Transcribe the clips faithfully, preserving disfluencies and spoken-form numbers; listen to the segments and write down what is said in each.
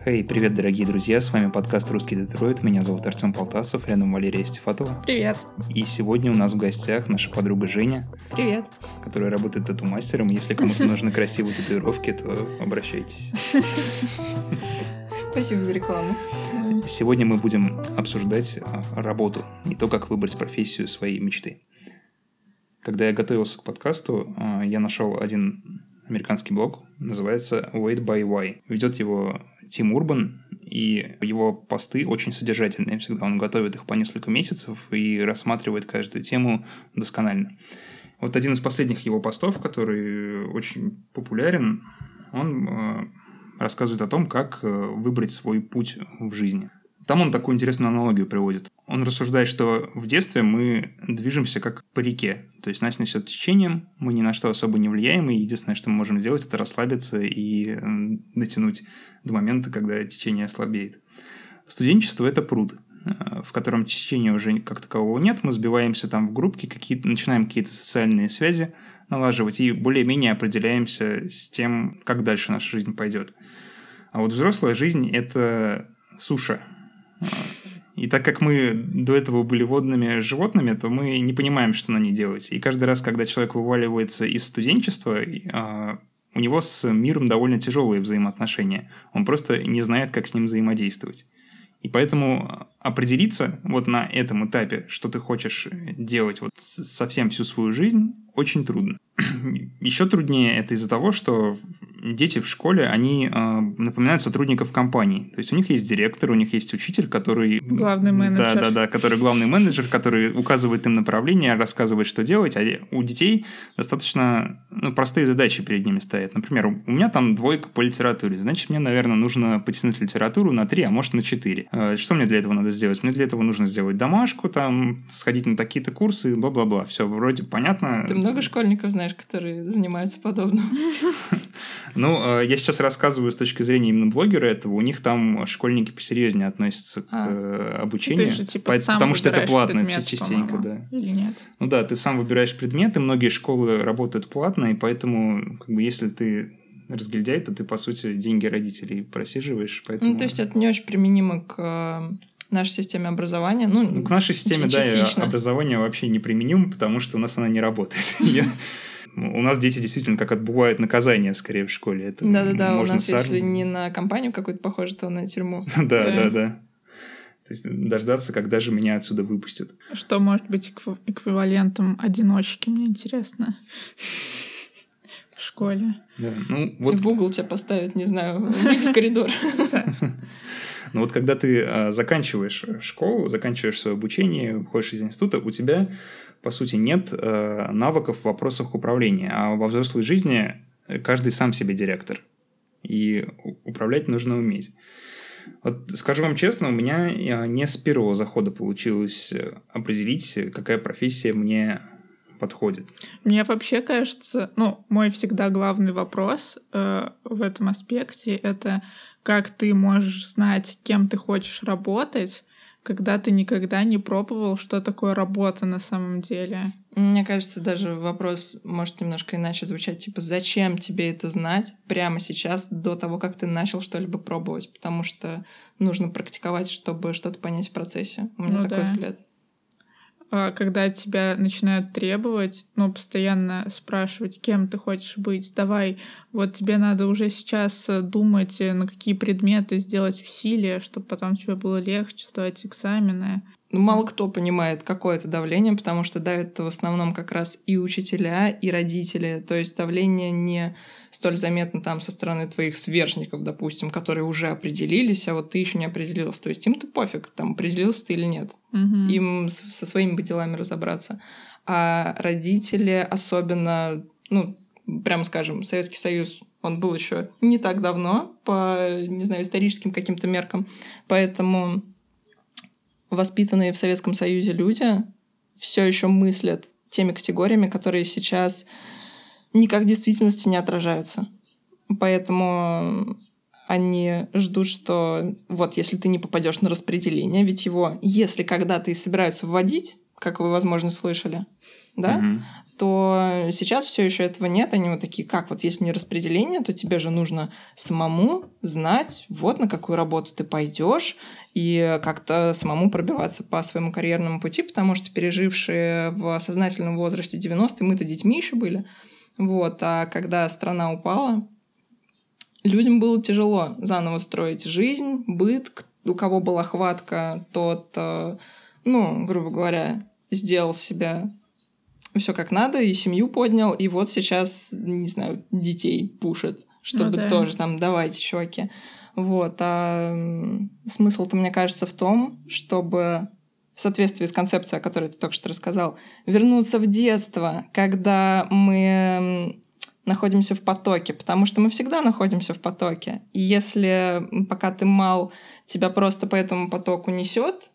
Хей, привет, дорогие друзья, с вами подкаст «Русский Детройт», меня зовут Артем Полтасов, рядом Валерия Стефатова. Привет. И сегодня у нас в гостях наша подруга Женя. Привет. Которая работает тату-мастером, если кому-то нужны красивые татуировки, то обращайтесь. Спасибо за рекламу. Сегодня мы будем обсуждать работу и то, как выбрать профессию своей мечты. Когда я готовился к подкасту, я нашел один американский блог, называется Wait by Why. Ведет его Тим Урбан, и его посты очень содержательные всегда. Он готовит их по несколько месяцев и рассматривает каждую тему досконально. Вот один из последних его постов, который очень популярен, он э, рассказывает о том, как выбрать свой путь в жизни. Там он такую интересную аналогию приводит. Он рассуждает, что в детстве мы движемся как по реке. То есть нас несет течением, мы ни на что особо не влияем, и единственное, что мы можем сделать, это расслабиться и дотянуть до момента, когда течение ослабеет. Студенчество – это пруд, в котором течения уже как такового нет. Мы сбиваемся там в группки, какие-то, начинаем какие-то социальные связи налаживать и более-менее определяемся с тем, как дальше наша жизнь пойдет. А вот взрослая жизнь – это суша. И так как мы до этого были водными животными, то мы не понимаем, что на ней делать. И каждый раз, когда человек вываливается из студенчества, у него с миром довольно тяжелые взаимоотношения. Он просто не знает, как с ним взаимодействовать. И поэтому определиться вот на этом этапе, что ты хочешь делать вот совсем всю свою жизнь, очень трудно. Еще труднее это из-за того, что дети в школе, они э, напоминают сотрудников компании. То есть у них есть директор, у них есть учитель, который... Главный менеджер. Да, да, да, который главный менеджер, который указывает им направление, рассказывает, что делать. А у детей достаточно ну, простые задачи перед ними стоят. Например, у меня там двойка по литературе. Значит, мне, наверное, нужно потянуть литературу на три, а может на четыре. Э, что мне для этого надо сделать? Мне для этого нужно сделать домашку, там, сходить на такие-то курсы, бла-бла-бла. Все вроде понятно. Ты много школьников знаешь, которые занимаются подобным? Ну, я сейчас рассказываю с точки зрения именно блогера этого. У них там школьники посерьезнее относятся а. к обучению. Ты же, типа, сам потому что это платно предмет, частенько, да. Или нет? Ну да, ты сам выбираешь предметы, многие школы работают платно, и поэтому, как бы, если ты разгильдяй, то ты, по сути, деньги родителей просиживаешь. Поэтому... Ну, то есть это не очень применимо к нашей системе образования. Ну, ну к нашей системе, да, образования вообще не применимо, потому что у нас она не работает. У нас дети действительно как отбывают наказание скорее в школе. Да-да-да, у нас если не на компанию какую-то похоже, то на тюрьму. Да-да-да. То есть дождаться, когда же меня отсюда выпустят. Что может быть эквивалентом одиночки, мне интересно. В школе. Да, ну, вот... В угол тебя поставят, не знаю, выйти в коридор. Но вот когда ты а, заканчиваешь школу, заканчиваешь свое обучение, выходишь из института, у тебя, по сути, нет а, навыков в вопросах управления. А во взрослой жизни каждый сам себе директор. И управлять нужно уметь. Вот скажу вам честно, у меня не с первого захода получилось определить, какая профессия мне подходит. Мне вообще кажется, ну, мой всегда главный вопрос э, в этом аспекте — это как ты можешь знать, кем ты хочешь работать, когда ты никогда не пробовал, что такое работа на самом деле. Мне кажется, даже вопрос может немножко иначе звучать, типа, зачем тебе это знать прямо сейчас, до того, как ты начал что-либо пробовать, потому что нужно практиковать, чтобы что-то понять в процессе. У меня ну, такой да. взгляд. Когда тебя начинают требовать, ну, постоянно спрашивать, кем ты хочешь быть, давай, вот тебе надо уже сейчас думать, на какие предметы сделать усилия, чтобы потом тебе было легче сдавать экзамены. Ну, мало кто понимает, какое это давление, потому что давят в основном как раз и учителя, и родители. То есть давление не столь заметно там со стороны твоих сверстников, допустим, которые уже определились, а вот ты еще не определился. То есть им-то пофиг, там, определился ты или нет. Угу. Им со своими бы делами разобраться. А родители особенно, ну, прямо скажем, Советский Союз, он был еще не так давно, по, не знаю, историческим каким-то меркам, поэтому... воспитанные в Советском Союзе люди все еще мыслят теми категориями, которые сейчас никак в действительности не отражаются. Поэтому они ждут, что вот если ты не попадешь на распределение, ведь его, если когда-то и собираются вводить, как вы, возможно, слышали, да? Мгм. То сейчас все еще этого нет. Они вот такие, как вот есть не распределение, то тебе же нужно самому знать, вот на какую работу ты пойдешь, и как-то самому пробиваться по своему карьерному пути, потому что пережившие в сознательном возрасте девяностые, мы-то детьми еще были. Вот. А когда страна упала, людям было тяжело заново строить жизнь, быт. У кого была хватка, тот, э, ну, грубо говоря, сделал себя все как надо, и семью поднял, и вот сейчас, не знаю, детей пушит, чтобы Ну да. тоже там, давайте, чуваки. Вот. А м, смысл-то, мне кажется, в том, чтобы в соответствии с концепцией, о которой ты только что рассказал, вернуться в детство, когда мы м, находимся в потоке, потому что мы всегда находимся в потоке. И если м, пока ты мал, тебя просто по этому потоку несет,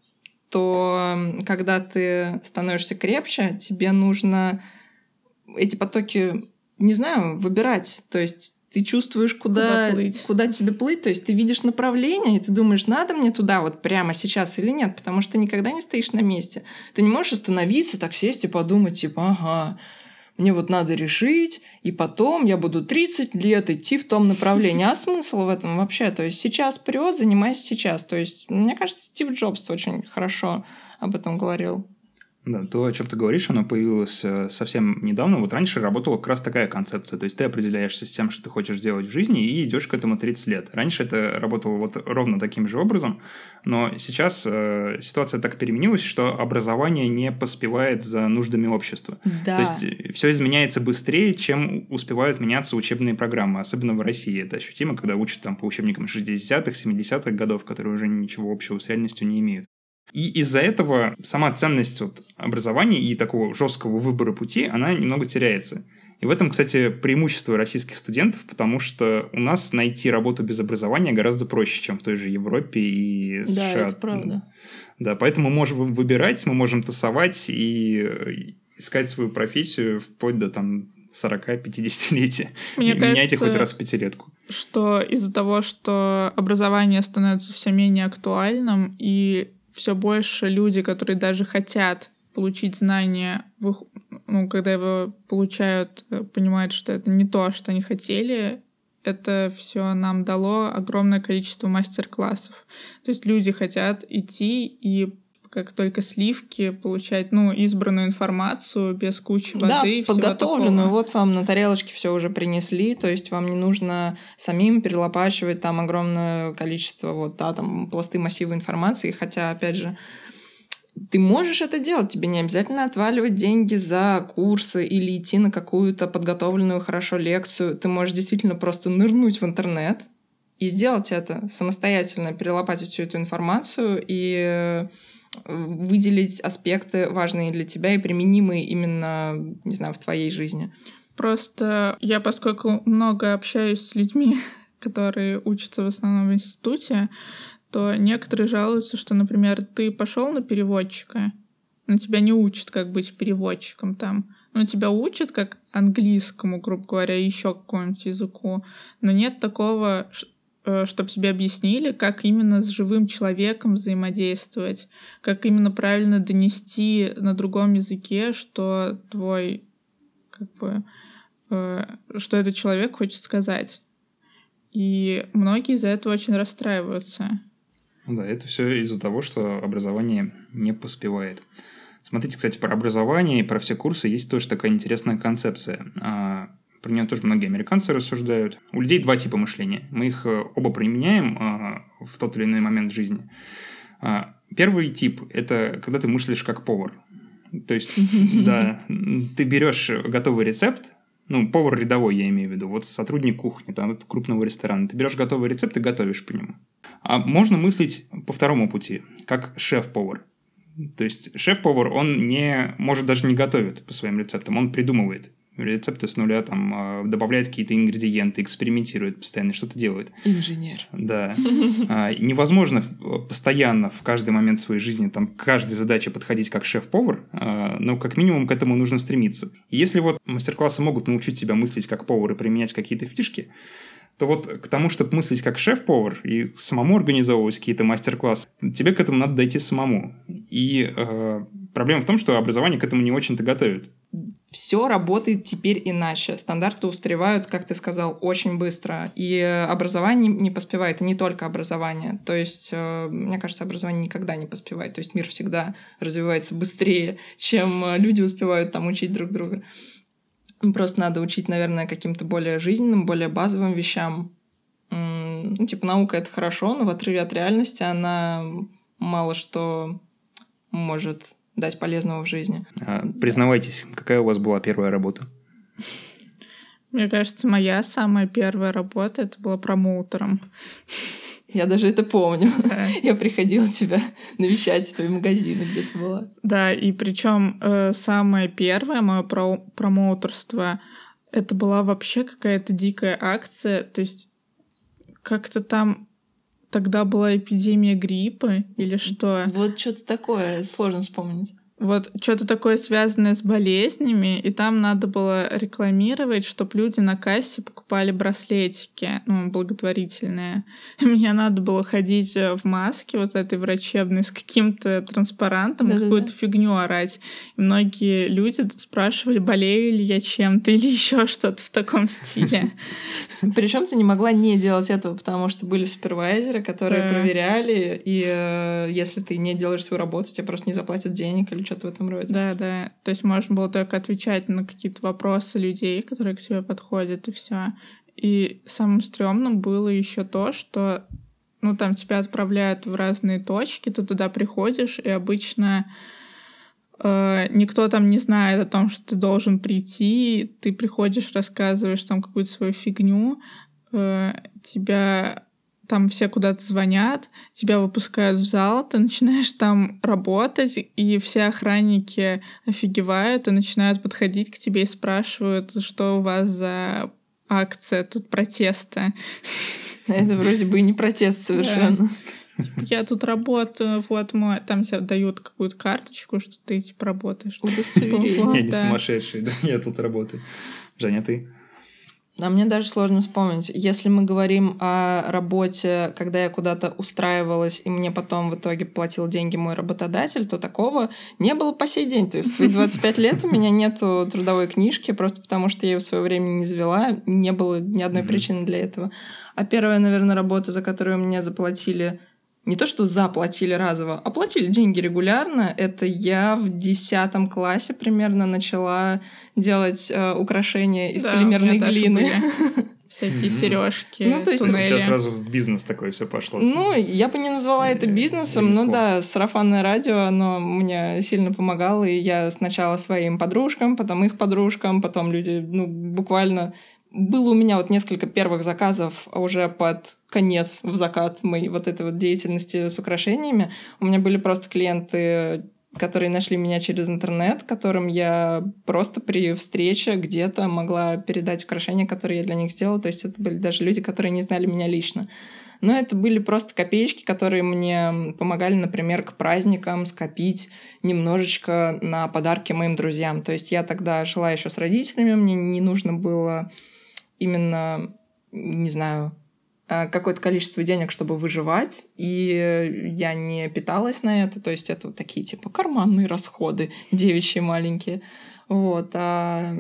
то м, когда ты становишься крепче, тебе нужно эти потоки, не знаю, выбирать. То есть ты чувствуешь, куда, Куда плыть. куда тебе плыть, то есть ты видишь направление, и ты думаешь, надо мне туда вот прямо сейчас или нет, потому что ты никогда не стоишь на месте. Ты не можешь остановиться, так сесть и подумать, типа, ага, мне вот надо решить, и потом я буду тридцать лет идти в том направлении. А смысл в этом вообще? То есть сейчас прет, занимайся сейчас. То есть, мне кажется, Стив Джобс очень хорошо об этом говорил. Да, то, о чем ты говоришь, оно появилось э, совсем недавно. Вот раньше работала как раз такая концепция. То есть ты определяешься с тем, что ты хочешь делать в жизни, и идешь к этому тридцать лет. Раньше это работало вот ровно таким же образом, но сейчас э, ситуация так переменилась, что образование не поспевает за нуждами общества. Да. То есть все изменяется быстрее, чем успевают меняться учебные программы, особенно в России. Это ощутимо, когда учат там по учебникам шестидесятых, семидесятых годов, которые уже ничего общего с реальностью не имеют. И из-за этого сама ценность вот образования и такого жесткого выбора пути, она немного теряется. И в этом, кстати, преимущество российских студентов, потому что у нас найти работу без образования гораздо проще, чем в той же Европе и США. Да, это правда. Да, поэтому мы можем выбирать, мы можем тасовать и искать свою профессию вплоть до там сорока-пятидесятилетия. Мне Меняйте кажется, хоть раз в пятилетку. Что из-за того, что образование становится все менее актуальным, и все больше люди, которые даже хотят получить знания, ну, когда его получают, понимают, что это не то, что они хотели, это все нам дало огромное количество мастер-классов. То есть люди хотят идти и как только сливки получать, ну, избранную информацию без кучи воды да, и всего подготовленную. такого. Вот вам на тарелочке все уже принесли, то есть вам не нужно самим перелопачивать там огромное количество вот, да, там пласты массива информации, хотя, опять же, ты можешь это делать, тебе не обязательно отваливать деньги за курсы или идти на какую-то подготовленную хорошо лекцию, ты можешь действительно просто нырнуть в интернет и сделать это самостоятельно, перелопатить всю эту информацию и выделить аспекты важные для тебя и применимые именно, не знаю, в твоей жизни. Просто я, поскольку много общаюсь с людьми, которые учатся в основном в институте, то некоторые жалуются, что, например, ты пошел на переводчика, но тебя не учат, как быть переводчиком там. Ну, тебя учат как английскому, грубо говоря, еще какому-нибудь языку, но нет такого, чтобы тебе объяснили, как именно с живым человеком взаимодействовать, как именно правильно донести на другом языке, что твой, как бы, э, что этот человек хочет сказать. И многие из-за этого очень расстраиваются. Да, это все из-за того, что образование не поспевает. Смотрите, кстати, про образование и про все курсы есть тоже такая интересная концепция. Про нее тоже многие американцы рассуждают. У людей два типа мышления. Мы их оба применяем в тот или иной момент жизни. Первый тип – это когда ты мыслишь как повар. То есть, да, ты берешь готовый рецепт, ну, повар рядовой, я имею в виду, вот сотрудник кухни, там, крупного ресторана. Ты берешь готовый рецепт и готовишь по нему. А можно мыслить по второму пути, как шеф-повар. То есть, шеф-повар, он не, может даже не готовит по своим рецептам, он придумывает рецепты с нуля, там, добавляет какие-то ингредиенты, экспериментирует постоянно, что-то делает. Инженер. Да. Невозможно постоянно в каждый момент своей жизни там, к каждой задаче подходить как шеф-повар, но как минимум к этому нужно стремиться. И если вот мастер-классы могут научить тебя мыслить как повар и применять какие-то фишки, то вот к тому, чтобы мыслить как шеф-повар и самому организовывать какие-то мастер-классы, тебе к этому надо дойти самому. И э, проблема в том, что образование к этому не очень-то готовит. Все работает теперь иначе. Стандарты устаревают, как ты сказал, очень быстро. И образование не поспевает, и не только образование. То есть, мне кажется, образование никогда не поспевает. То есть мир всегда развивается быстрее, чем люди успевают там учить друг друга. Просто надо учить, наверное, каким-то более жизненным, более базовым вещам. Ну, типа, наука — это хорошо, но в отрыве от реальности она мало что может дать полезного в жизни. А, признавайтесь, какая у вас была первая работа? Мне кажется, моя самая первая работа — это была промоутером. Я даже это помню. Да. Я приходила тебя навещать в твои магазины, где ты была. Да, и причем э, самое первое мое про- промоутерство — это была вообще какая-то дикая акция. То есть как-то там тогда была эпидемия гриппа или что? Вот что-то такое, сложно вспомнить. Вот что-то такое, связанное с болезнями, и там надо было рекламировать, чтобы люди на кассе покупали браслетики, ну, благотворительные. И мне надо было ходить в маске вот этой врачебной с каким-то транспарантом, да, какую-то да. фигню орать. И многие люди спрашивали, болею ли я чем-то или еще что-то в таком стиле. Причем ты не могла не делать этого, потому что были супервайзеры, которые проверяли, и если ты не делаешь свою работу, тебе просто не заплатят денег или что-то в этом роде. Да, да. То есть можно было только отвечать на какие-то вопросы людей, которые к себе подходят, и все. И самым стрёмным было еще то, что ну, там тебя отправляют в разные точки, ты туда приходишь, и обычно э, никто там не знает о том, что ты должен прийти, ты приходишь, рассказываешь там какую-то свою фигню, э, тебя... Там все куда-то звонят, тебя выпускают в зал, ты начинаешь там работать, и все охранники офигевают и начинают подходить к тебе и спрашивают, что у вас за акция тут протеста. Это вроде бы и не протест совершенно. Я тут работаю, вот мой... Там тебе дают какую-то карточку, что ты типа работаешь. Удостоверение. Я не сумасшедший, да, я тут работаю. Женя, ты? А мне даже сложно вспомнить. Если мы говорим о работе, когда я куда-то устраивалась, и мне потом в итоге платил деньги мой работодатель, то такого не было по сей день. То есть в свои двадцать пять лет у меня нету трудовой книжки, просто потому что я ее в свое время не завела. Не было ни одной причины для этого. А первая, наверное, работа, за которую мне заплатили... Не то, что заплатили разово, а платили деньги регулярно. Это я в десятом классе примерно начала делать э, украшения из да, полимерной глины. Всякие сережки. Ну, то есть у тебя сразу в бизнес такой все пошло. Ну, я бы не назвала это бизнесом, но да, сарафанное радио, оно мне сильно помогало. И я сначала своим подружкам, потом их подружкам, потом люди, ну, буквально... Было у меня вот несколько первых заказов уже под конец, в закат моей вот этой вот деятельности с украшениями. У меня были просто клиенты, которые нашли меня через интернет, которым я просто при встрече где-то могла передать украшения, которые я для них сделала. То есть это были даже люди, которые не знали меня лично. Но это были просто копеечки, которые мне помогали, например, к праздникам скопить немножечко на подарки моим друзьям. То есть я тогда жила еще с родителями, мне не нужно было... именно, не знаю, какое-то количество денег, чтобы выживать, и я не питалась на это, то есть это вот такие типа карманные расходы, девичьи маленькие. Вот. А...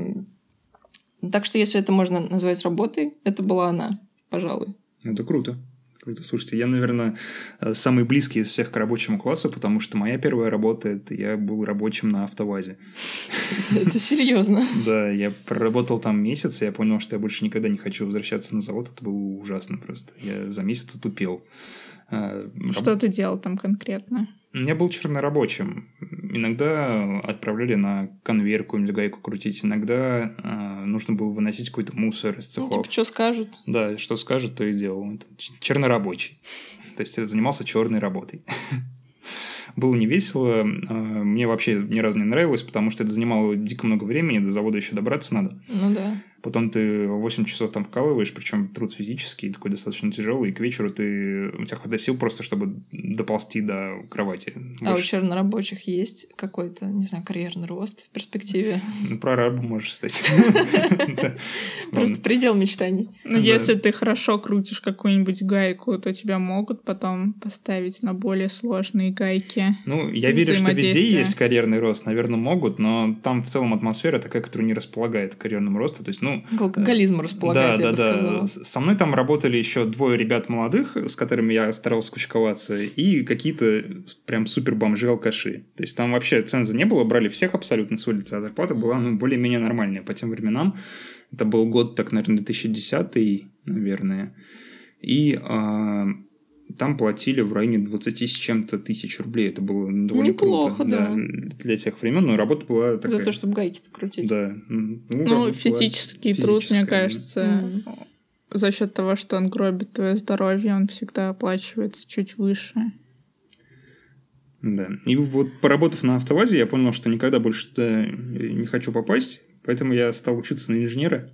Так что если это можно назвать работой, это была она, пожалуй. Это круто. Слушайте, я, наверное, самый близкий из всех к рабочему классу, потому что моя первая работа, это я был рабочим на АвтоВАЗе. Это серьезно? Да, я проработал там месяц, и я понял, что я больше никогда не хочу возвращаться на завод. Это было ужасно просто. Я за месяц отупел. Что ты делал там конкретно? Я был чернорабочим. Иногда отправляли на конвейер какую-нибудь гайку крутить. Иногда э, нужно было выносить какой-то мусор из цехов. Ну, типа, что скажут? Да, что скажут, то и делал. Это чернорабочий. То есть я занимался черной работой. Было не весело. Мне вообще ни разу не нравилось, потому что это занимало дико много времени, до завода еще добраться надо. Ну да. потом ты восемь часов там вкалываешь, причем труд физический, такой достаточно тяжелый, и к вечеру ты, у тебя хватает сил просто, чтобы доползти до кровати. А Больше... у чернорабочих есть какой-то, не знаю, карьерный рост в перспективе? Ну, прорабом можешь стать. Просто предел мечтаний. Ну, если ты хорошо крутишь какую-нибудь гайку, то тебя могут потом поставить на более сложные гайки. Ну, я верю, что везде есть карьерный рост, наверное, могут, но там в целом атмосфера такая, которая не располагает к карьерному росту. То есть, ну... К алкоголизму располагает, да, я да, бы сказала. Да. Со мной там работали еще двое ребят молодых, с которыми я старался кучковаться, и какие-то прям супер бомжи-алкаши. То есть там вообще ценза не было, брали всех абсолютно с улицы, а зарплата была, ну, более-менее нормальная по тем временам. Это был год, так, наверное, две тысячи десятый, наверное. И а, там платили в районе двадцать с чем-то тысяч рублей. Это было довольно неплохо, круто. Да. Да, для тех времен, но работа была такая... За то, чтобы гайки-то крутить. Да. Ну, ну физический труд, мне кажется, mm-hmm. за счет того, что он гробит твое здоровье, он всегда оплачивается чуть выше. Да. И вот поработав на АвтоВАЗе, я понял, что никогда больше туда не хочу попасть, поэтому я стал учиться на инженера.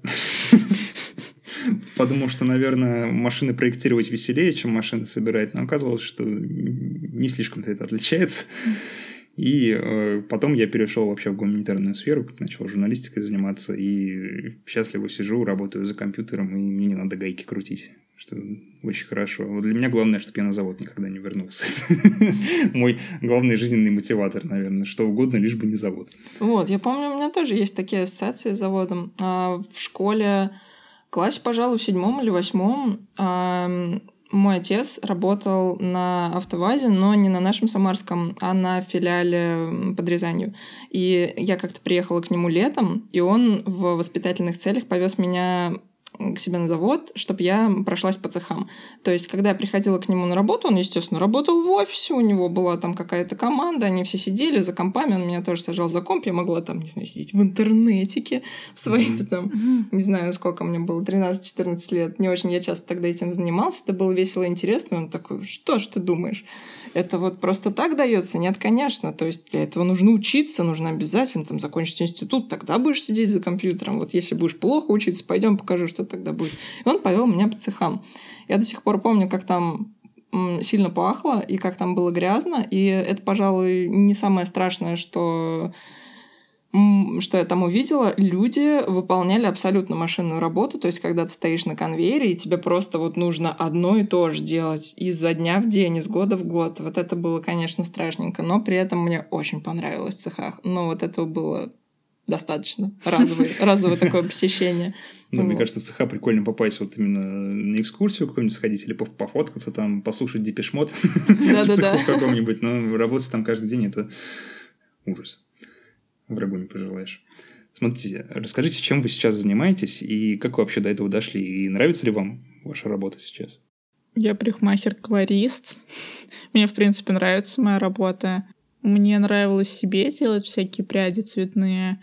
Подумал, что, наверное, машины проектировать веселее, чем машины собирать, но оказалось, что не слишком-то это отличается. И э, потом я перешел вообще в гуманитарную сферу, начал журналистикой заниматься, и счастливо сижу, работаю за компьютером, и мне не надо гайки крутить, что очень хорошо. Вот для меня главное, чтобы я на завод никогда не вернулся. Мой главный жизненный мотиватор, наверное, что угодно, лишь бы не завод. Вот, я помню, у меня тоже есть такие ассоциации с заводом. В школе, в классе, пожалуй, в седьмом или восьмом, мой отец работал на АвтоВАЗе, но не на нашем самарском, а на филиале под Рязанью. И я как-то приехала к нему летом, и он в воспитательных целях повез меня к себе на завод, чтобы я прошлась по цехам. То есть, когда я приходила к нему на работу, он, естественно, работал в офисе, у него была там какая-то команда, они все сидели за компами, он меня тоже сажал за комп, я могла там, не знаю, сидеть в интернетике, в свои-то там, mm-hmm. не знаю, сколько мне было, тринадцать-четырнадцать лет. Не очень я часто тогда этим занималась, это было весело и интересно. Он такой, что ж ты думаешь? Это вот просто так дается? Нет, конечно. То есть, для этого нужно учиться, нужно обязательно там закончить институт, тогда будешь сидеть за компьютером. Вот если будешь плохо учиться, пойдем покажу, что тогда будет. И он повел меня по цехам. Я до сих пор помню, как там сильно пахло и как там было грязно. И это, пожалуй, не самое страшное, что, что я там увидела. Люди выполняли абсолютно машинную работу. То есть, когда ты стоишь на конвейере, и тебе просто вот нужно одно и то же делать изо дня в день, из года в год. Вот это было, конечно, страшненько. Но при этом мне очень понравилось в цехах. Но вот этого было достаточно. Разовое, разовое такое посещение. Да, вот. Мне кажется, в цеха прикольно попасть вот именно на экскурсию какую-нибудь сходить или пофоткаться там, послушать Депеш Мод в цеху каком-нибудь, но работать там каждый день – это ужас. Врагу не пожелаешь. Смотрите, расскажите, чем вы сейчас занимаетесь и как вы вообще до этого дошли? И нравится ли вам ваша работа сейчас? Я парикмахер-колорист. Мне, в принципе, нравится моя работа. Мне нравилось себе делать всякие пряди цветные.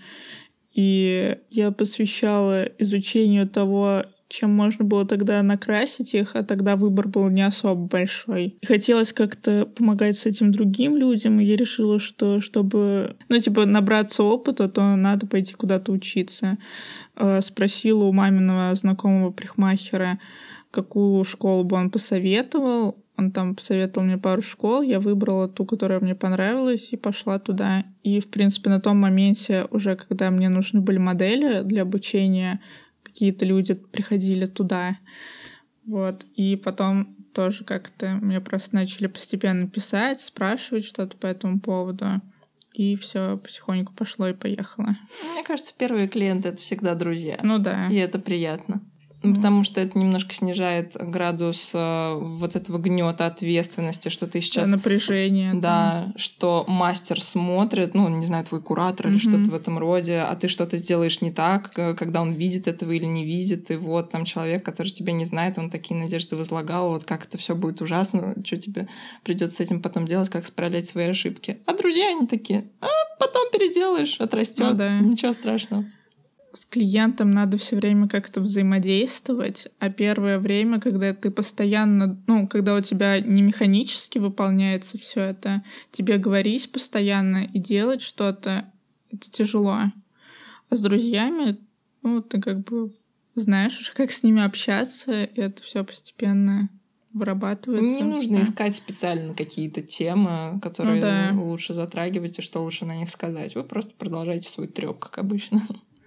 И я посвящала изучению того, чем можно было тогда накрасить их, а тогда выбор был не особо большой. И хотелось как-то помогать с этим другим людям, и я решила, что чтобы, ну, типа, набраться опыта, то надо пойти куда-то учиться. Спросила у маминого знакомого парикмахера, какую школу бы он посоветовал. Он там посоветовал мне пару школ, я выбрала ту, которая мне понравилась, и пошла туда. И, в принципе, на том моменте, уже когда мне нужны были модели для обучения, какие-то люди приходили туда. Вот. И потом тоже как-то мне просто начали постепенно писать, спрашивать что-то по этому поводу. И все потихоньку пошло и поехало. Мне кажется, первые клиенты — это всегда друзья. Ну да. И это приятно. Потому что это немножко снижает градус э, вот этого гнета ответственности, что ты сейчас... Да, напряжение. Да, да, что мастер смотрит, ну, не знаю, твой куратор mm-hmm. или что-то в этом роде, а ты что-то сделаешь не так, когда он видит этого или не видит, и вот там человек, который тебя не знает, он такие надежды возлагал, вот как это все будет ужасно, что тебе придется с этим потом делать, как исправлять свои ошибки. А друзья, они такие, а потом переделаешь, отрастет, ну, да. Ничего страшного. С клиентом надо все время как-то взаимодействовать, а первое время, когда ты постоянно, ну, когда у тебя не механически выполняется все это, тебе говорить постоянно и делать что-то, это тяжело. А с друзьями ну, ты как бы знаешь уже, как с ними общаться, и это все постепенно вырабатывается. Не нужно да. искать специально какие-то темы, которые Ну да. лучше затрагивать и что лучше на них сказать. Вы просто продолжаете свой трёп, как обычно.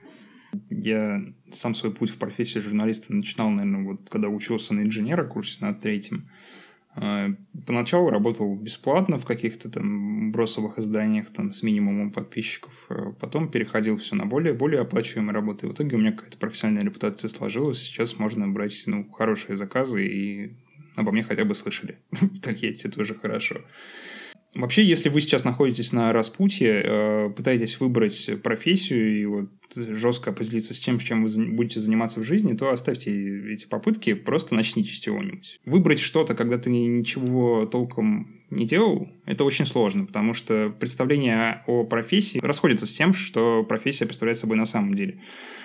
Я сам свой путь в профессию журналиста начинал, наверное, вот когда учился на инженера, курсе на третьем. Поначалу работал бесплатно в каких-то там бросовых изданиях там, с минимумом подписчиков. Потом переходил все на более, более оплачиваемые работы. В итоге у меня какая-то профессиональная репутация сложилась. Сейчас можно брать ну, хорошие заказы, и обо мне хотя бы слышали. В Тольятти тоже хорошо. Вообще, если вы сейчас находитесь на распутье, пытаетесь выбрать профессию и вот жестко определиться с тем, чем вы будете заниматься в жизни, то оставьте эти попытки, просто начните с чего-нибудь. Выбрать что-то, когда ты ничего толком не делал, это очень сложно, потому что представление о профессии расходится с тем, что профессия представляет собой на самом деле.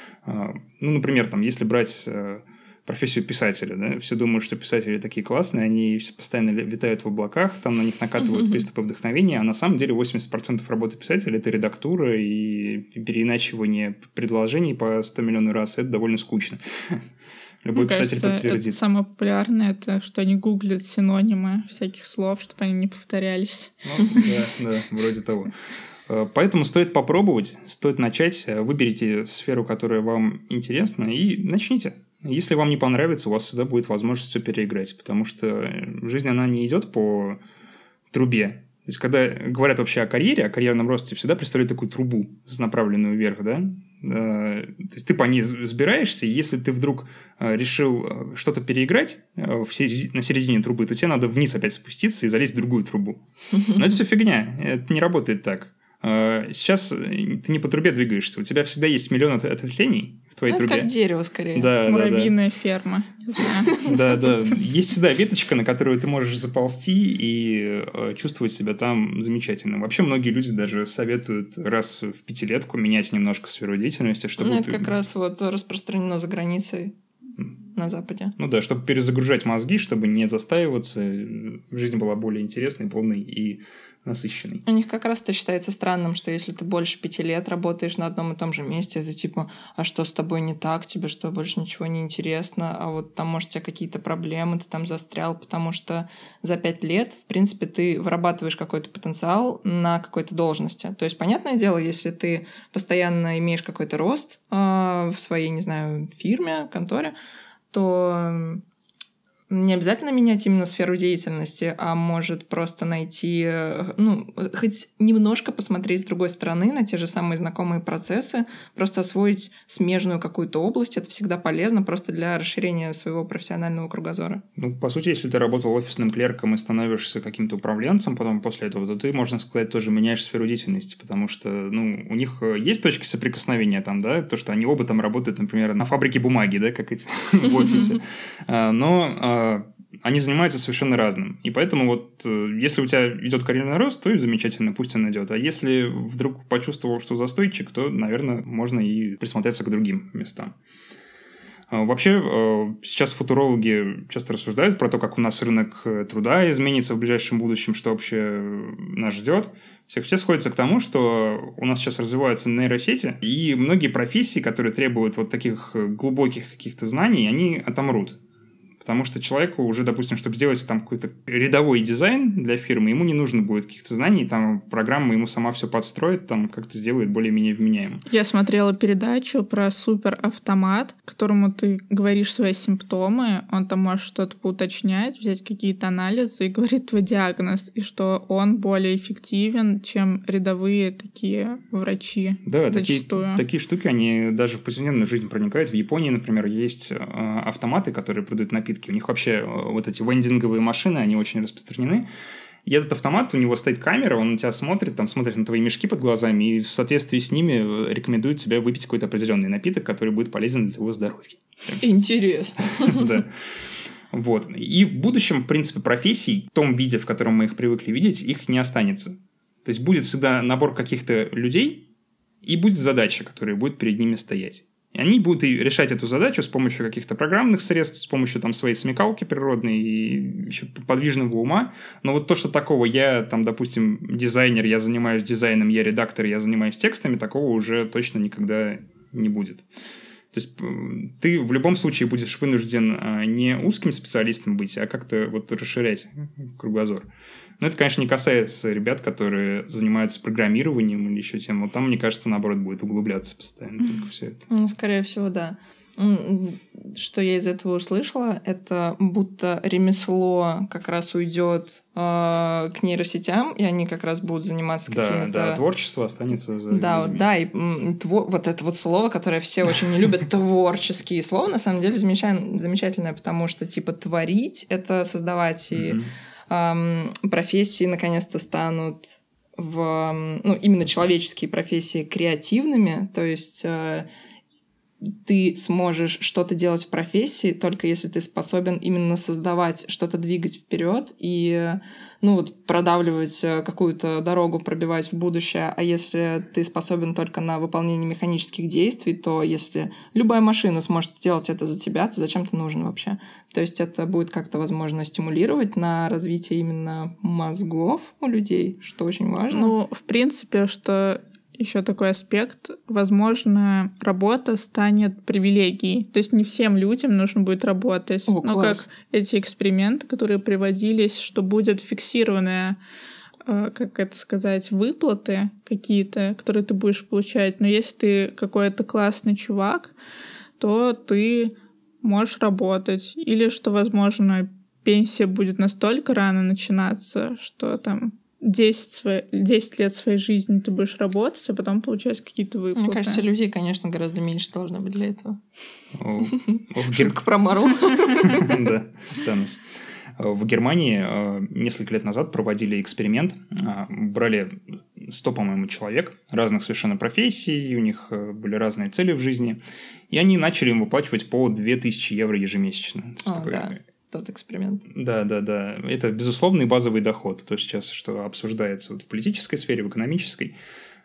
Ну, например, там, если брать профессию писателя, да, все думают, что писатели такие классные, они постоянно витают в облаках, там на них накатывают приступы вдохновения, а на самом деле восемьдесят процентов работы писателя – это редактура и переиначивание предложений по сто миллионов раз, это довольно скучно. Любой Мне писатель кажется, подтвердит. Это самое популярное, это что они гуглят синонимы всяких слов, чтобы они не повторялись. Ну, да, да, вроде того. Поэтому стоит попробовать, стоит начать, выберите сферу, которая вам интересна, и начните. Если вам не понравится, у вас всегда будет возможность все переиграть, потому что жизнь, она не идет по трубе. То есть, когда говорят вообще о карьере, о карьерном росте, всегда представляют такую трубу, направленную вверх, да? То есть, ты по ней взбираешься, и если ты вдруг решил что-то переиграть на середине трубы, то тебе надо вниз опять спуститься и залезть в другую трубу. Но это все фигня, это не работает так. Сейчас ты не по трубе двигаешься, у тебя всегда есть миллион ответвлений в твоей ну, трубе. Это как дерево, скорее. Да, Муравьиная да, да. ферма. Не знаю. Да, да. Есть всегда веточка, на которую ты можешь заползти и чувствовать себя там замечательно. Вообще, многие люди даже советуют раз в пятилетку менять немножко сферу деятельности, чтобы... Ну, это ты... как раз вот распространено за границей на Западе. Ну да, чтобы перезагружать мозги, чтобы не застаиваться, жизнь была более интересной, полной и насыщенной. У них как раз-то считается странным, что если ты больше пяти лет работаешь на одном и том же месте, это типа, а что с тобой не так, тебе что, больше ничего не интересно, а вот там, может, у тебя какие-то проблемы, ты там застрял, потому что за пять лет, в принципе, ты вырабатываешь какой-то потенциал на какой-то должности. То есть, понятное дело, если ты постоянно имеешь какой-то рост э, в своей, не знаю, фирме, конторе, то не обязательно менять именно сферу деятельности, а может просто найти, ну, хоть немножко посмотреть с другой стороны на те же самые знакомые процессы, просто освоить смежную какую-то область. Это всегда полезно просто для расширения своего профессионального кругозора. Ну, по сути, если ты работал офисным клерком и становишься каким-то управленцем потом после этого, то ты, можно сказать, тоже меняешь сферу деятельности, потому что, ну, у них есть точки соприкосновения там, да, то, что они оба там работают, например, на фабрике бумаги, да, как эти в офисе. Но они занимаются совершенно разным. И поэтому вот если у тебя идет карьерный рост, то и замечательно, пусть он идет. А если вдруг почувствовал, что застойчик, то, наверное, можно и присмотреться к другим местам. Вообще, сейчас футурологи часто рассуждают про то, как у нас рынок труда изменится в ближайшем будущем, что вообще нас ждет. Все, все сходятся к тому, что у нас сейчас развиваются нейросети, и многие профессии, которые требуют вот таких глубоких каких-то знаний, они отомрут. Потому что человеку уже, допустим, чтобы сделать там какой-то рядовой дизайн для фирмы, ему не нужно будет каких-то знаний, там программа ему сама все подстроит, там как-то сделает более-менее вменяемым. Я смотрела передачу про суперавтомат, которому ты говоришь свои симптомы, он там может что-то поуточнять, взять какие-то анализы и говорит твой диагноз, и что он более эффективен, чем рядовые такие врачи. Да, такие, такие штуки, они даже в повседневную жизнь проникают. В Японии, например, есть автоматы, которые продают напитки. У них вообще вот эти вендинговые машины, они очень распространены. И этот автомат, у него стоит камера, он на тебя смотрит, там смотрит на твои мешки под глазами и в соответствии с ними рекомендует тебе выпить какой-то определенный напиток, который будет полезен для твоего здоровья. Интересно. Да. Вот. И в будущем, в принципе, профессий, в том виде, в котором мы их привыкли видеть, их не останется. То есть будет всегда набор каких-то людей и будет задача, которая будет перед ними стоять. И они будут решать эту задачу с помощью каких-то программных средств, с помощью там, своей смекалки природной и еще подвижного ума. Но вот то, что такого, я там, допустим, дизайнер, я занимаюсь дизайном, я редактор, я занимаюсь текстами, такого уже точно никогда не будет. То есть ты в любом случае будешь вынужден не узким специалистом быть, а как-то вот расширять кругозор. Но это, конечно, не касается ребят, которые занимаются программированием или еще тем. Вот там, мне кажется, наоборот, будет углубляться постоянно только все это. Ну, скорее всего, да. Что я из этого услышала, это будто ремесло как раз уйдет э, к нейросетям, и они как раз будут заниматься да, какими-то... Да, творчество останется за Да, людьми. да, и тво... вот это вот слово, которое все очень не любят, творческие слова, на самом деле замечательное, потому что, типа, творить — это создавать, и профессии наконец-то станут в... Ну, именно человеческие профессии креативными, то есть... ты сможешь что-то делать в профессии только если ты способен именно создавать, что-то двигать вперед и, ну, вот, продавливать какую-то дорогу, пробивать в будущее. А если ты способен только на выполнение механических действий, то если любая машина сможет делать это за тебя, то зачем ты нужен вообще? То есть это будет как-то, возможно, стимулировать на развитие именно мозгов у людей, что очень важно. Ну, в принципе, что... Еще такой аспект, возможно, работа станет привилегией. То есть не всем людям нужно будет работать. О, но как эти эксперименты, которые приводились, что будет фиксированная, как это сказать, выплаты какие-то, которые ты будешь получать. Но если ты какой-то классный чувак, то ты можешь работать. Или что, возможно, пенсия будет настолько рано начинаться, что там... десять лет своей жизни ты будешь работать, а потом получать какие-то выплаты. Мне кажется, людей, конечно, гораздо меньше должно быть для этого. В Шутка про Мару. Да, Танос. В Германии несколько лет назад проводили эксперимент. Брали сто, по-моему, человек разных совершенно профессий, у них были разные цели в жизни, и они начали им выплачивать по две тысячи евро ежемесячно. О, да. Тот эксперимент. Да, да, да. Это безусловный базовый доход. То сейчас, что обсуждается вот в политической сфере, в экономической.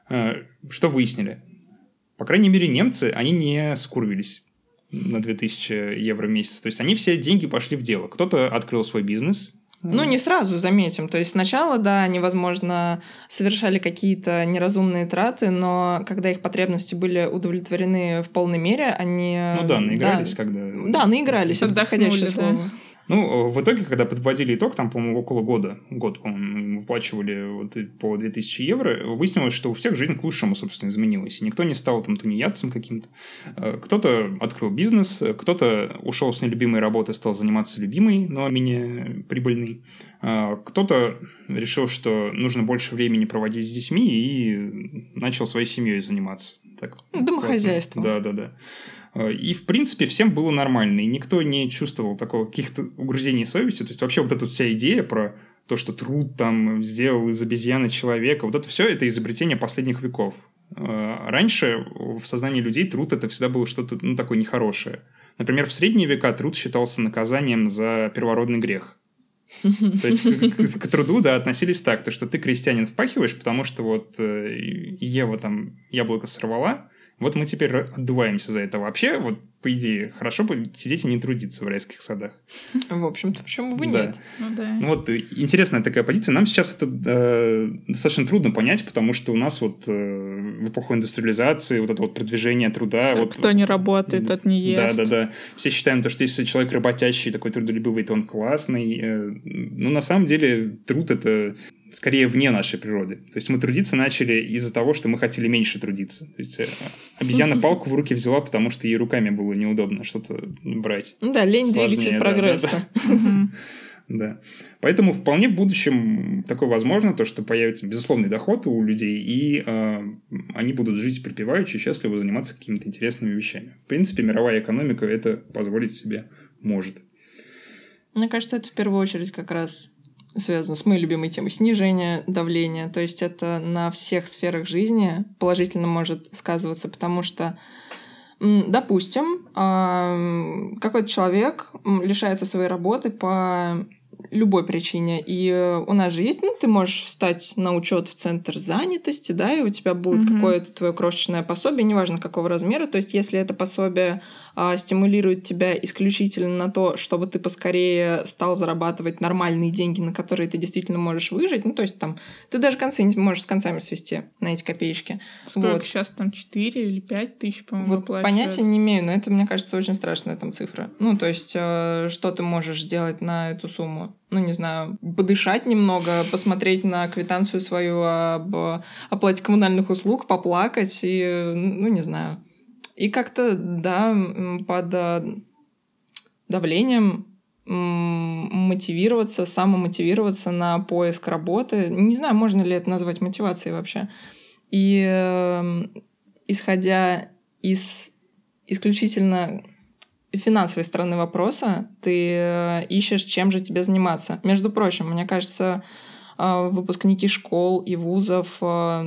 Что выяснили? По крайней мере, немцы, они не скурвились на две тысячи евро в месяц. То есть они все деньги пошли в дело. Кто-то открыл свой бизнес. Ну, не сразу, заметим. То есть сначала, да, они, возможно, совершали какие-то неразумные траты, но когда их потребности были удовлетворены в полной мере, они... Ну да, наигрались, да, когда... Да, наигрались, это подходящее да. слово. Ну, в итоге, когда подводили итог, там, по-моему, около года, год, по-моему, выплачивали вот по две тысячи евро, выяснилось, что у всех жизнь к лучшему, собственно, изменилась. И никто не стал там тунеядцем каким-то. Кто-то открыл бизнес, кто-то ушел с нелюбимой работы, стал заниматься любимой, но менее прибыльной. Кто-то решил, что нужно больше времени проводить с детьми и начал своей семьей заниматься. Так, домохозяйством. Да, да, да. И, в принципе, всем было нормально, и никто не чувствовал такого каких-то угрызений совести. То есть, вообще, вот эта вот вся идея про то, что труд там сделал из обезьяны человека, вот это все это изобретение последних веков. Раньше в сознании людей труд это всегда было что-то, ну, такое нехорошее. Например, в средние века труд считался наказанием за первородный грех. То есть к, к, к труду, да, относились так, то, что ты, крестьянин, впахиваешь, потому что вот Ева там яблоко сорвала, вот мы теперь отдуваемся за это. Вообще, вот, по идее, хорошо бы сидеть и не трудиться в райских садах. В общем-то, почему бы да. нет? Ну, да. Ну, вот интересная такая позиция. Нам сейчас это э, достаточно трудно понять, потому что у нас вот э, в эпоху индустриализации вот это вот продвижение труда... Вот, кто не работает, тот не ест. Да-да-да. Все считаем, то, что если человек работящий, такой трудолюбивый, то он классный. Э, ну, на самом деле, труд — это... скорее вне нашей природы. То есть мы трудиться начали из-за того, что мы хотели меньше трудиться. То есть обезьяна палку в руки взяла, потому что ей руками было неудобно что-то брать. Да, лень — двигатель прогресса. Да. Поэтому вполне в будущем такое возможно, то, что появится безусловный доход у людей, и э, они будут жить припеваючи, счастливо заниматься какими-то интересными вещами. В принципе, мировая экономика это позволить себе может. Мне кажется, это в первую очередь как раз связано с моей любимой темой — снижение давления. То есть это на всех сферах жизни положительно может сказываться, потому что, допустим, какой-то человек лишается своей работы по любой причине. И у нас же есть, ну, ты можешь встать на учет в центр занятости, да, и у тебя будет mm-hmm. какое-то твое крошечное пособие, неважно какого размера. То есть, если это пособие а, стимулирует тебя исключительно на то, чтобы ты поскорее стал зарабатывать нормальные деньги, на которые ты действительно можешь выжить, ну, то есть, там, ты даже концы не можешь с концами свести на эти копеечки. Сколько вот. сейчас там, четыре или пять тысяч, по-моему, Вот выплачивают? Понятия не имею, но это, мне кажется, очень страшная там цифра. Ну, то есть, э, что ты можешь сделать на эту сумму? Ну, не знаю, подышать немного, посмотреть на квитанцию свою об оплате коммунальных услуг, поплакать и, ну, не знаю. И как-то, да, под давлением мотивироваться, самомотивироваться на поиск работы. Не знаю, можно ли это назвать мотивацией вообще. И э, исходя из исключительно финансовой стороны вопроса, ты ищешь, чем же тебе заниматься. Между прочим, мне кажется, выпускники школ и вузов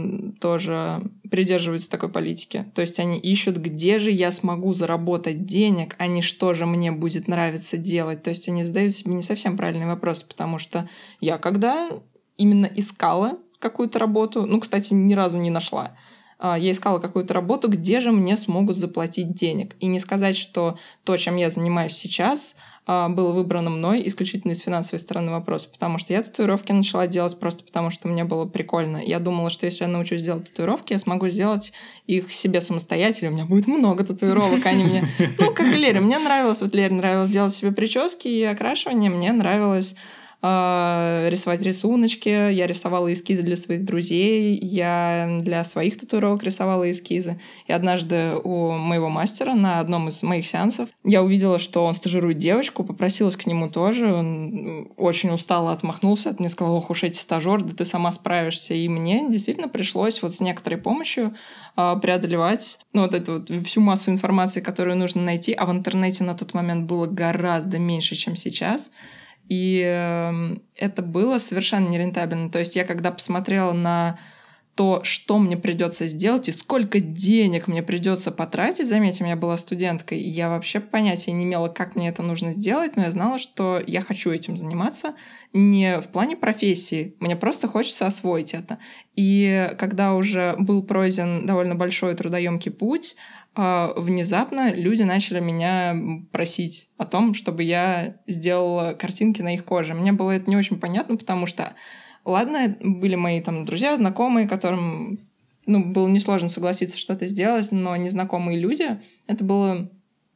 тоже придерживаются такой политики. То есть они ищут, где же я смогу заработать денег, а не что же мне будет нравиться делать. То есть они задают себе не совсем правильный вопрос, потому что я когда именно искала какую-то работу, ну, кстати, ни разу не нашла, я искала какую-то работу, где же мне смогут заплатить денег. И не сказать, что то, чем я занимаюсь сейчас, было выбрано мной исключительно из финансовой стороны вопроса, потому что я татуировки начала делать просто потому, что мне было прикольно. Я думала, что если я научусь делать татуировки, я смогу сделать их себе самостоятельно. У меня будет много татуировок, они мне... Ну, как и Лере. Мне нравилось, вот Лере нравилось делать себе прически и окрашивание, мне нравилось рисовать рисуночки, я рисовала эскизы для своих друзей, я для своих татуировок рисовала эскизы. И однажды у моего мастера на одном из моих сеансов я увидела, что он стажирует девочку, попросилась к нему тоже, он очень устало отмахнулся от меня, сказал: ох уж эти стажеры, да ты сама справишься. И мне действительно пришлось вот с некоторой помощью преодолевать ну, вот эту вот всю массу информации, которую нужно найти, а в интернете на тот момент было гораздо меньше, чем сейчас. И это было совершенно нерентабельно. То есть я когда посмотрела на то, что мне придется сделать и сколько денег мне придется потратить, заметьте, я была студенткой, и я вообще понятия не имела, как мне это нужно сделать, но я знала, что я хочу этим заниматься не в плане профессии, мне просто хочется освоить это. И когда уже был пройден довольно большой трудоемкий путь, внезапно люди начали меня просить о том, чтобы я сделала картинки на их коже. Мне было это не очень понятно, потому что ладно, были мои там друзья, знакомые, которым ну, было несложно согласиться что-то сделать, но незнакомые люди, это было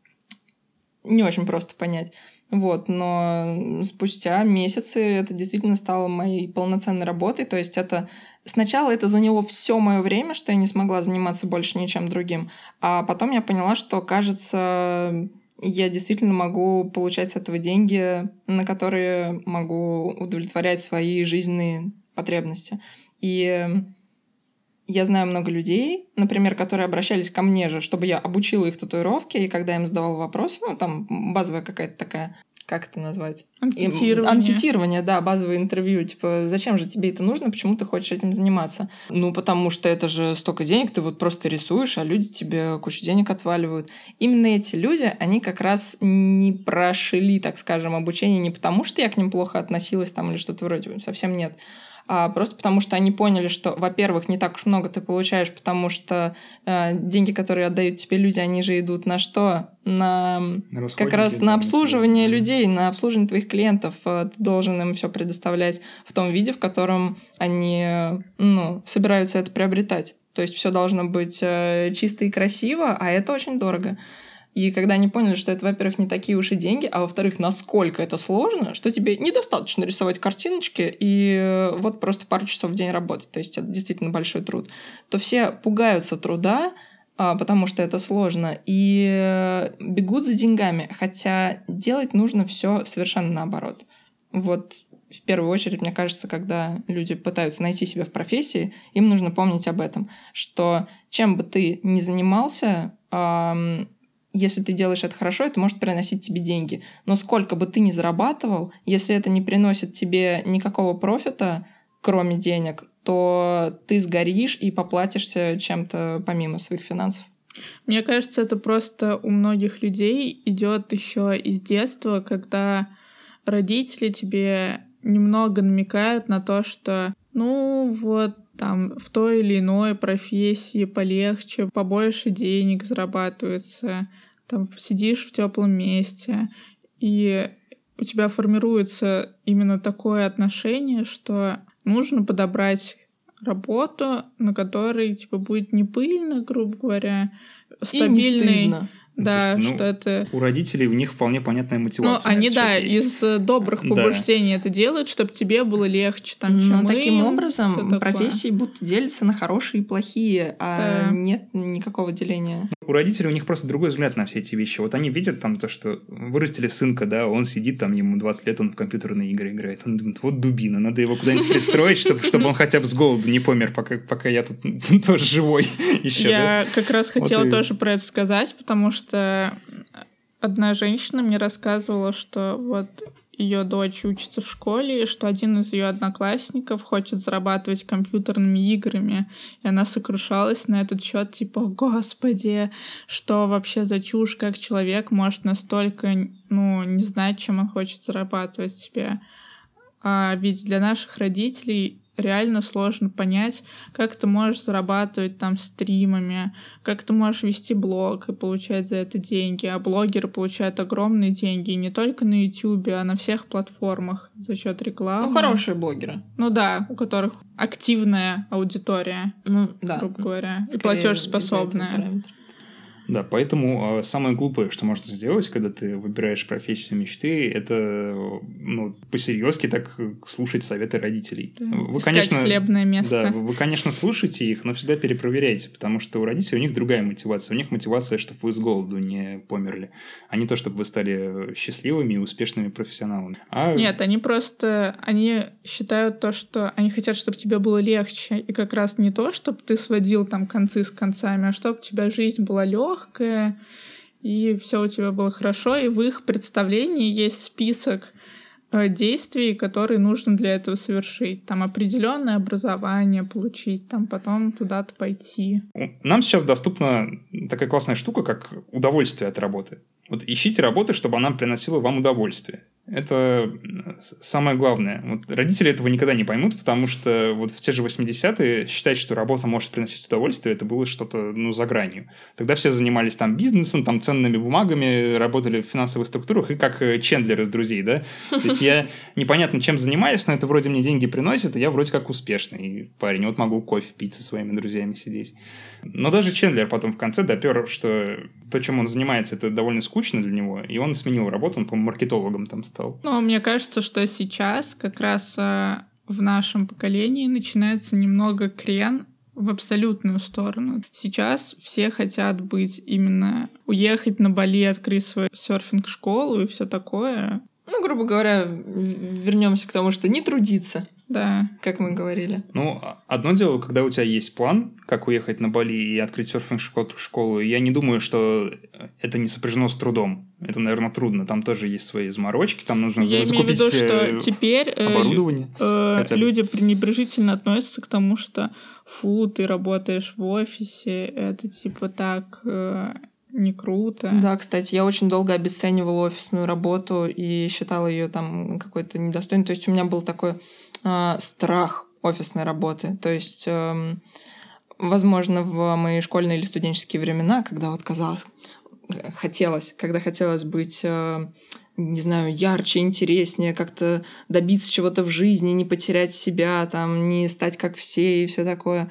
не очень просто понять. Вот, но спустя месяцы это действительно стало моей полноценной работой. То есть это сначала это заняло все мое время, что я не смогла заниматься больше ничем другим. А потом я поняла, что, кажется, я действительно могу получать с этого деньги, на которые могу удовлетворять свои жизненные потребности. И я знаю много людей, например, которые обращались ко мне же, чтобы я обучила их татуировке, и когда я им задавала вопрос, ну, там базовая какая-то такая, как это назвать? Анкетирование. Анкетирование, да, базовое интервью. Типа, зачем же тебе это нужно, почему ты хочешь этим заниматься? Ну, потому что это же столько денег, ты вот просто рисуешь, а люди тебе кучу денег отваливают. Именно эти люди, они как раз не прошли, так скажем, обучение не потому, что я к ним плохо относилась там или что-то вроде, совсем нет. А просто потому что они поняли, что, во-первых, не так уж много ты получаешь, потому что э, деньги, которые отдают тебе люди, они же идут на что? На, на как раз на обслуживание людей, на обслуживание твоих клиентов. Ты должен им все предоставлять в том виде, в котором они ну, собираются это приобретать. То есть все должно быть э, чисто и красиво, а это очень дорого. И когда они поняли, что это, во-первых, не такие уж и деньги, а во-вторых, насколько это сложно, что тебе недостаточно рисовать картиночки и вот просто пару часов в день работать, то есть это действительно большой труд, то все пугаются труда, потому что это сложно, и бегут за деньгами, хотя делать нужно все совершенно наоборот. Вот в первую очередь, мне кажется, когда люди пытаются найти себя в профессии, им нужно помнить об этом, что чем бы ты ни занимался, если ты делаешь это хорошо, это может приносить тебе деньги. Но сколько бы ты ни зарабатывал, если это не приносит тебе никакого профита, кроме денег, то ты сгоришь и поплатишься чем-то помимо своих финансов. Мне кажется, это просто у многих людей идет еще из детства, когда родители тебе немного намекают на то, что, ну, вот там в той или иной профессии полегче, побольше денег зарабатывается, там сидишь в теплом месте, и у тебя формируется именно такое отношение, что нужно подобрать работу, на которой типа будет не пыльно, грубо говоря, стабильный. И не стыдно. Да, Слушайте, ну, что это... У родителей у них вполне понятная мотивация. Ну, они, да, есть. из добрых побуждений да. это делают, чтобы тебе было легче, там, чем Но таким им, образом профессии будут делиться на хорошие и плохие, а да. нет никакого деления. У родителей у них просто другой взгляд на все эти вещи. Вот они видят там то, что вырастили сынка, да, он сидит там, ему двадцать лет, он в компьютерные игры играет. Он думает, вот дубина, надо его куда-нибудь пристроить, чтобы, чтобы он хотя бы с голоду не помер, пока, пока я тут тоже живой еще. Я да? как раз хотела вот тоже и... про это сказать, потому что одна женщина мне рассказывала, что вот ее дочь учится в школе, и что один из ее одноклассников хочет зарабатывать компьютерными играми, и она сокрушалась на этот счет, типа, господи, что вообще за чушь, как человек может настолько, ну, не знать, чем он хочет зарабатывать себе. А ведь для наших родителей реально сложно понять, как ты можешь зарабатывать там стримами, как ты можешь вести блог и получать за это деньги. А блогеры получают огромные деньги не только на Ютубе, а на всех платформах за счет рекламы. Ну, хорошие блогеры. Ну да, у которых активная аудитория, ну, да. грубо говоря, Скорее и платежеспособная. Да, поэтому э, самое глупое, что можно сделать, когда ты выбираешь профессию мечты, это ну, по-серьезки так слушать советы родителей. Да. Вы, Искать конечно, хлебное место. Да, вы, конечно, слушайте их, но всегда перепроверяйте, потому что у родителей у них другая мотивация. У них мотивация, чтобы вы с голоду не померли, а не то, чтобы вы стали счастливыми и успешными профессионалами. А... Нет, они просто, они считают то, что они хотят, чтобы тебе было легче, и как раз не то, чтобы ты сводил там концы с концами, а чтобы у тебя жизнь была легкая, и все у тебя было хорошо, и в их представлении есть список э, действий, которые нужно для этого совершить. Там определенное образование получить, там потом туда-то пойти. Нам сейчас доступна такая классная штука, как удовольствие от работы. Вот ищите работу, чтобы она приносила вам удовольствие. Это самое главное. Вот родители этого никогда не поймут, потому что вот в те же восьмидесятые считать, что работа может приносить удовольствие, это было что-то, ну, за гранью. Тогда все занимались там бизнесом, там ценными бумагами, работали в финансовых структурах, и как Чендлер из «Друзей», да? То есть я непонятно чем занимаюсь, но это вроде мне деньги приносит, и я вроде как успешный парень. Вот могу кофе пить со своими друзьями сидеть. Но даже Чендлер потом в конце допер, что то, чем он занимается, это довольно скучно для него, и он сменил работу, он, по-моему, маркетологом там стал. Ну, мне кажется, что сейчас как раз а, в нашем поколении начинается немного крен в абсолютную сторону. Сейчас все хотят быть именно уехать на Бали, открыть свою серфинг-школу и все такое. Ну, грубо говоря, вернемся к тому, что не трудиться. Да. Как мы говорили. Ну, одно дело, когда у тебя есть план, как уехать на Бали и открыть серфинг-школу, я не думаю, что это не сопряжено с трудом. Это, наверное, трудно. Там тоже есть свои заморочки, там нужно я закупить имею в виду, что теперь оборудование. Э, э, люди пренебрежительно относятся к тому, что фу, ты работаешь в офисе, это типа так... Э, не круто. Да, кстати, я очень долго обесценивала офисную работу и считала ее там какой-то недостойной. То есть у меня был такой э, страх офисной работы. То есть, э, возможно, в мои школьные или студенческие времена, когда вот казалось, хотелось, когда хотелось быть, э, не знаю, ярче, интереснее, как-то добиться чего-то в жизни, не потерять себя, там, не стать как все и все такое.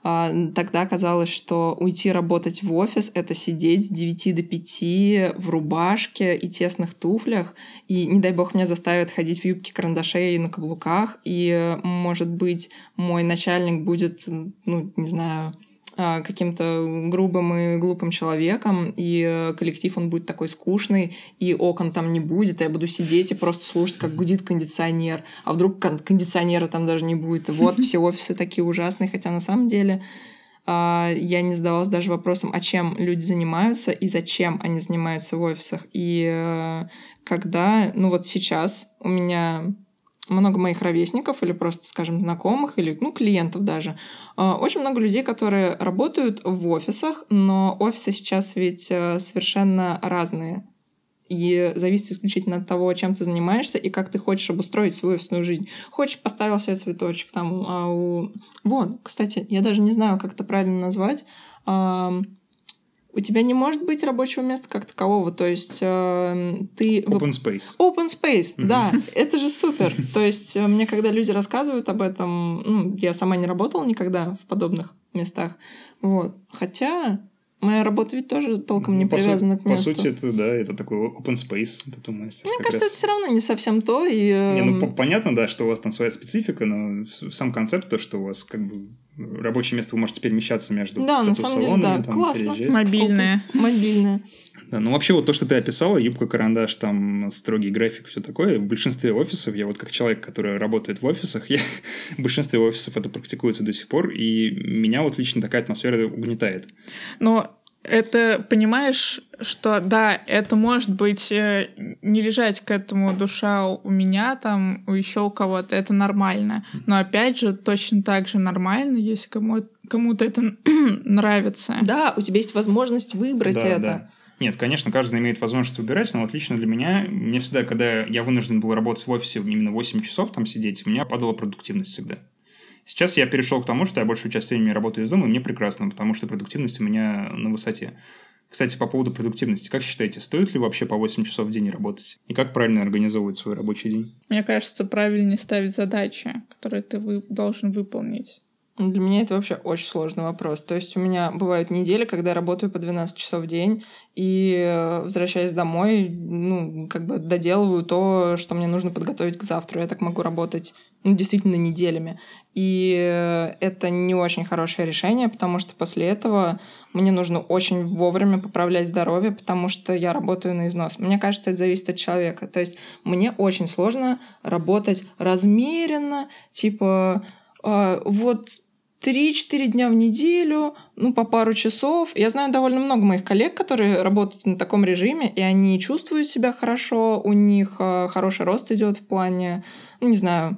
Тогда казалось, что уйти работать в офис — это сидеть с девяти до пяти в рубашке и тесных туфлях, и, не дай бог, меня заставят ходить в юбке карандашей и на каблуках, и, может быть, мой начальник будет, ну, не знаю, каким-то грубым и глупым человеком, и коллектив, он будет такой скучный, и окон там не будет, и я буду сидеть и просто слушать, как гудит кондиционер. А вдруг кондиционера там даже не будет. Вот, все офисы такие ужасные, хотя на самом деле я не задавалась даже вопросом, а чем люди занимаются и зачем они занимаются в офисах. И когда, ну вот сейчас у меня... много моих ровесников или просто, скажем, знакомых, или, ну, клиентов даже. Очень много людей, которые работают в офисах, но офисы сейчас ведь совершенно разные. и зависит исключительно от того, чем ты занимаешься и как ты хочешь обустроить свою офисную жизнь. Хочешь, поставил себе цветочек там. А у... Вот, кстати, я даже не знаю, как это правильно назвать. А... У тебя не может быть рабочего места как такового, то есть э, ты... Open space. Open space, mm-hmm. да, это же супер. То есть мне, когда люди рассказывают об этом, ну, я сама не работала никогда в подобных местах, вот. Хотя моя работа ведь тоже толком ну, не привязана сути, к месту. По сути, это, да, это такой open space. Это, Мне кажется, раз... это все равно не совсем то. И, э... Не, ну, понятно, да, что у вас там своя специфика, но сам концепт, то, что у вас как бы рабочее место, вы можете перемещаться между да, на самом деле, да, там, классно. Мобильное. Мобильное. Да, ну вообще вот то, что ты описала, юбка, карандаш, там строгий график, все такое, в большинстве офисов, я вот как человек, который работает в офисах, я, в большинстве офисов это практикуется до сих пор, и меня вот лично такая атмосфера угнетает. Но это, понимаешь, что да, это может быть не лежать к этому душа у меня, там, у еще у кого-то, это нормально. Но опять же, точно так же нормально, если кому- кому-то это нравится. Да, у тебя есть возможность выбрать да, это. Да. Нет, конечно, каждый имеет возможность выбирать, но вот лично для меня, мне всегда, когда я вынужден был работать в офисе именно восемь часов там сидеть, у меня падала продуктивность всегда. Сейчас я перешел к тому, что я большую часть времени работаю из дома, и мне прекрасно, потому что продуктивность у меня на высоте. Кстати, по поводу продуктивности, как считаете, стоит ли вообще по восемь часов в день работать? И как правильно организовывать свой рабочий день? Мне кажется, правильнее ставить задачи, которые ты вы... должен выполнить. Для меня это вообще очень сложный вопрос. То есть у меня бывают недели, когда я работаю по двенадцать часов в день, и, возвращаясь домой, ну, как бы доделываю то, что мне нужно подготовить к завтра. Я так могу работать, ну, действительно, неделями. И это не очень хорошее решение, потому что после этого мне нужно очень вовремя поправлять здоровье, потому что я работаю на износ. Мне кажется, это зависит от человека. То есть мне очень сложно работать размеренно, типа, э, вот... три-четыре дня в неделю, ну, по пару часов. Я знаю довольно много моих коллег, которые работают на таком режиме, и они чувствуют себя хорошо, у них э, хороший рост идет в плане, ну, не знаю,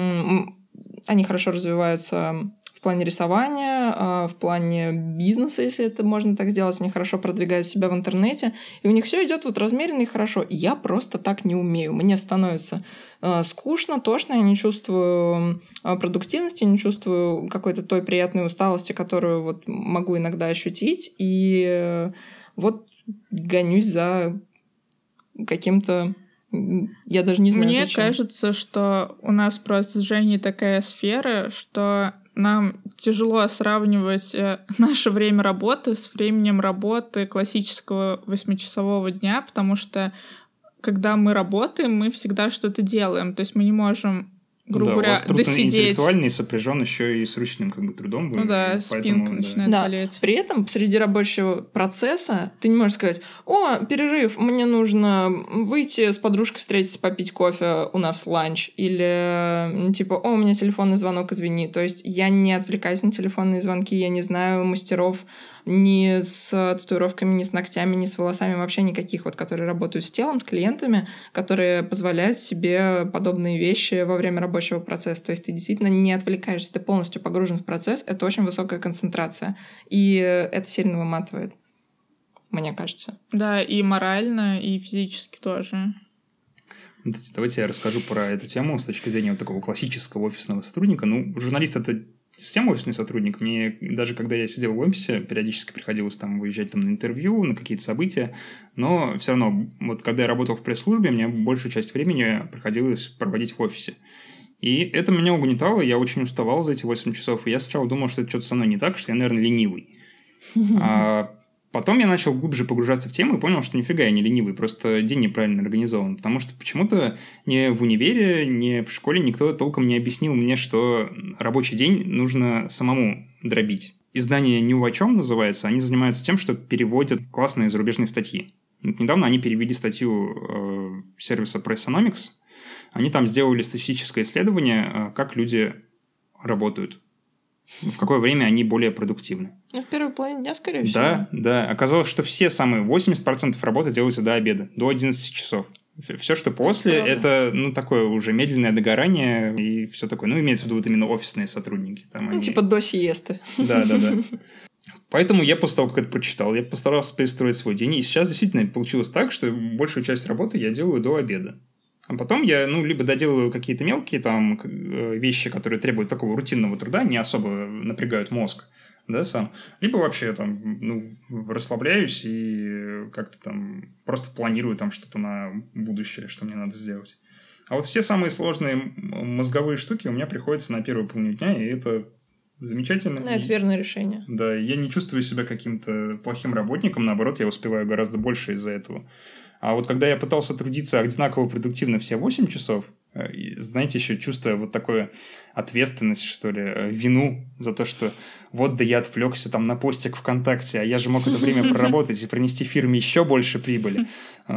м- они хорошо развиваются в плане рисования, э, в плане бизнеса, если это можно так сделать, они хорошо продвигают себя в интернете, и у них все идет вот размеренно и хорошо. И я просто так не умею. Мне становится э, скучно, тошно, я не чувствую э, продуктивности, не чувствую какой-то той приятной усталости, которую вот могу иногда ощутить, и э, вот гонюсь за каким-то... Я даже не знаю, Мне зачем. кажется, что у нас просто с Женей такая сфера, что нам тяжело сравнивать наше время работы с временем работы классического восьмичасового дня, потому что когда мы работаем, мы всегда что-то делаем. То есть мы не можем, грубо да, говоря, у вас труд досидеть. Интеллектуальный сопряжен еще и с ручным как бы трудом. Ну да, поэтому, спинка да. начинает да. болеть. При этом среди рабочего процесса ты не можешь сказать: о, перерыв, мне нужно выйти с подружкой встретиться, попить кофе, у нас ланч. Или типа: о, у меня телефонный звонок, извини. То есть я не отвлекаюсь на телефонные звонки, я не знаю мастеров ни с татуировками, ни с ногтями, ни с волосами, вообще никаких, вот, которые работают с телом, с клиентами, которые позволяют себе подобные вещи во время рабочего процесса. То есть ты действительно не отвлекаешься, ты полностью погружен в процесс. Это очень высокая концентрация. И это сильно выматывает, мне кажется. Да, и морально, и физически тоже. Давайте я расскажу про эту тему с точки зрения вот такого классического офисного сотрудника. Ну, журналист — это система офисный сотрудник. Мне даже когда я сидел в офисе, периодически приходилось там выезжать там на интервью, на какие-то события, но все равно, вот когда я работал в пресс-службе, мне большую часть времени приходилось проводить в офисе. И это меня угнетало, я очень уставал за эти восемь часов, и я сначала думал, что это что-то со мной не так, что я, наверное, ленивый. А потом я начал глубже погружаться в тему и понял, что нифига я не ленивый, просто день неправильно организован. Потому что почему-то ни в универе, ни в школе никто толком не объяснил мне, что рабочий день нужно самому дробить. Издание «New о чем» называется, они занимаются тем, что переводят классные зарубежные статьи. Недавно они перевели статью э, сервиса Pressnomics. Они там сделали статистическое исследование, э, как люди работают. В какое время они более продуктивны. Ну, в первой половине дня, скорее всего. Да, да. Оказалось, что все самые восемьдесят процентов работы делаются до обеда, до одиннадцати часов. Все, что после, это, это ну, такое уже медленное догорание и все такое. Ну, имеется в виду вот именно офисные сотрудники. Там ну, они... типа до сиесты. Да, да, да. Поэтому я после того, как это прочитал, я постарался перестроить свой день. И сейчас действительно получилось так, что большую часть работы я делаю до обеда. А потом я, ну, либо доделываю какие-то мелкие там вещи, которые требуют такого рутинного труда, не особо напрягают мозг, да, сам. Либо вообще там, ну, расслабляюсь и как-то там просто планирую там что-то на будущее, что мне надо сделать. А вот все самые сложные мозговые штуки у меня приходятся на первую половину дня, и это замечательно. Ну, это верное решение. Да, я не чувствую себя каким-то плохим работником, наоборот, я успеваю гораздо больше из-за этого. А вот когда я пытался трудиться одинаково продуктивно все восемь часов, знаете, еще чувствуя вот такую ответственность, что ли, вину за то, что вот да я отвлекся там на постик ВКонтакте, а я же мог это время проработать и принести фирме еще больше прибыли.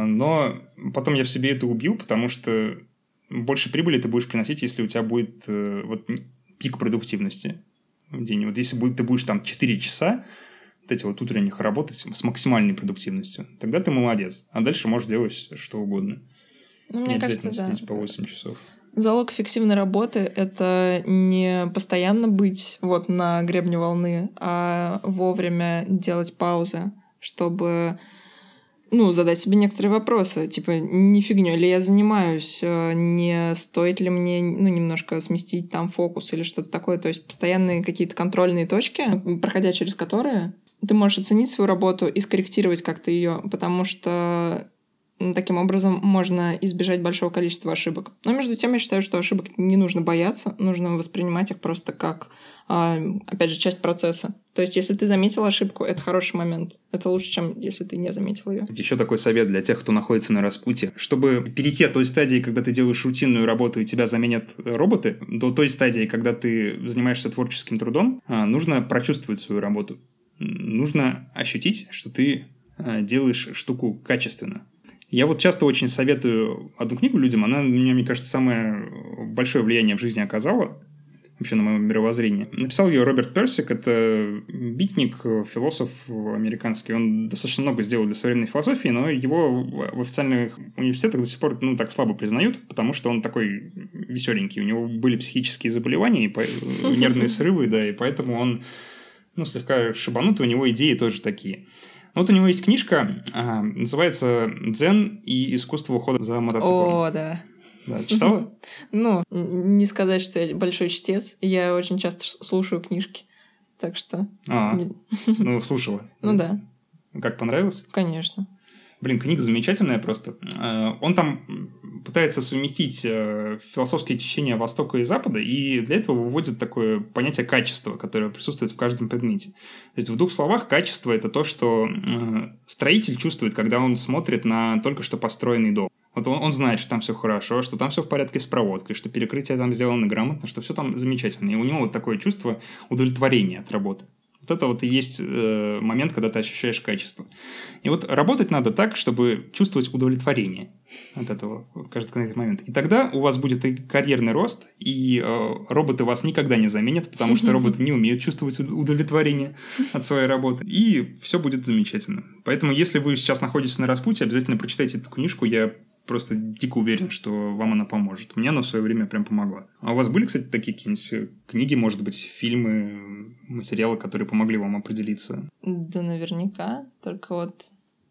Но потом я в себе это убил, потому что больше прибыли ты будешь приносить, если у тебя будет вот пик продуктивности в день. Вот если будет, ты будешь там четыре часа, вот эти вот утренних работать с максимальной продуктивностью, тогда ты молодец. А дальше можешь делать что угодно. Ну, не мне обязательно кажется, сидеть да. по восемь часов. Залог эффективной работы — это не постоянно быть вот на гребне волны, а вовремя делать паузы, чтобы, ну, задать себе некоторые вопросы. Типа, не фигнёй ли я занимаюсь? Не стоит ли мне, ну, немножко сместить там фокус или что-то такое? То есть постоянные какие-то контрольные точки, проходя через которые ты можешь оценить свою работу и скорректировать как-то ее, потому что таким образом можно избежать большого количества ошибок. Но между тем я считаю, что ошибок не нужно бояться, нужно воспринимать их просто как, опять же, часть процесса. То есть если ты заметил ошибку, это хороший момент. Это лучше, чем если ты не заметил ее. Еще такой совет для тех, кто находится на распутье. Чтобы перейти от той стадии, когда ты делаешь рутинную работу и тебя заменят роботы, до той стадии, когда ты занимаешься творческим трудом, нужно прочувствовать свою работу. Нужно ощутить, что ты делаешь штуку качественно. Я вот часто очень советую одну книгу людям, она на меня, мне кажется, самое большое влияние в жизни оказала, вообще на мое мировоззрение. Написал ее Роберт Персик, это битник, философ американский. Он достаточно много сделал для современной философии, но его в официальных университетах до сих пор, ну, так слабо признают, потому что он такой веселенький. У него были психические заболевания, и по... нервные срывы, да, и поэтому он, ну, слегка шибанутый, у него идеи тоже такие. Вот у него есть книжка, а, называется «Дзен и искусство ухода за мотоциклом». О, да. Да, читала? Ну, не сказать, что я большой чтец. Я очень часто слушаю книжки. Так что... А, ну, слушала. Ну да. Как, понравилось? Конечно. Блин, книга замечательная просто. Он там пытается совместить философские течения Востока и Запада, и для этого выводит такое понятие качества, которое присутствует в каждом предмете. То есть, в двух словах, качество – это то, что строитель чувствует, когда он смотрит на только что построенный дом. Вот он, он знает, что там все хорошо, что там все в порядке с проводкой, что перекрытие там сделано грамотно, что все там замечательно. И у него вот такое чувство удовлетворения от работы. Вот это вот и есть э, момент, когда ты ощущаешь качество. И вот работать надо так, чтобы чувствовать удовлетворение от этого в каждый конкретный момент. И тогда у вас будет и карьерный рост, и э, роботы вас никогда не заменят, потому что роботы не умеют чувствовать удовлетворение от своей работы. И все будет замечательно. Поэтому, если вы сейчас находитесь на распутье, обязательно прочитайте эту книжку. Я просто дико уверен, что вам она поможет. Мне она в свое время прям помогла. А у вас были, кстати, такие какие-нибудь книги, может быть, фильмы, материалы, которые помогли вам определиться? Да, наверняка. Только вот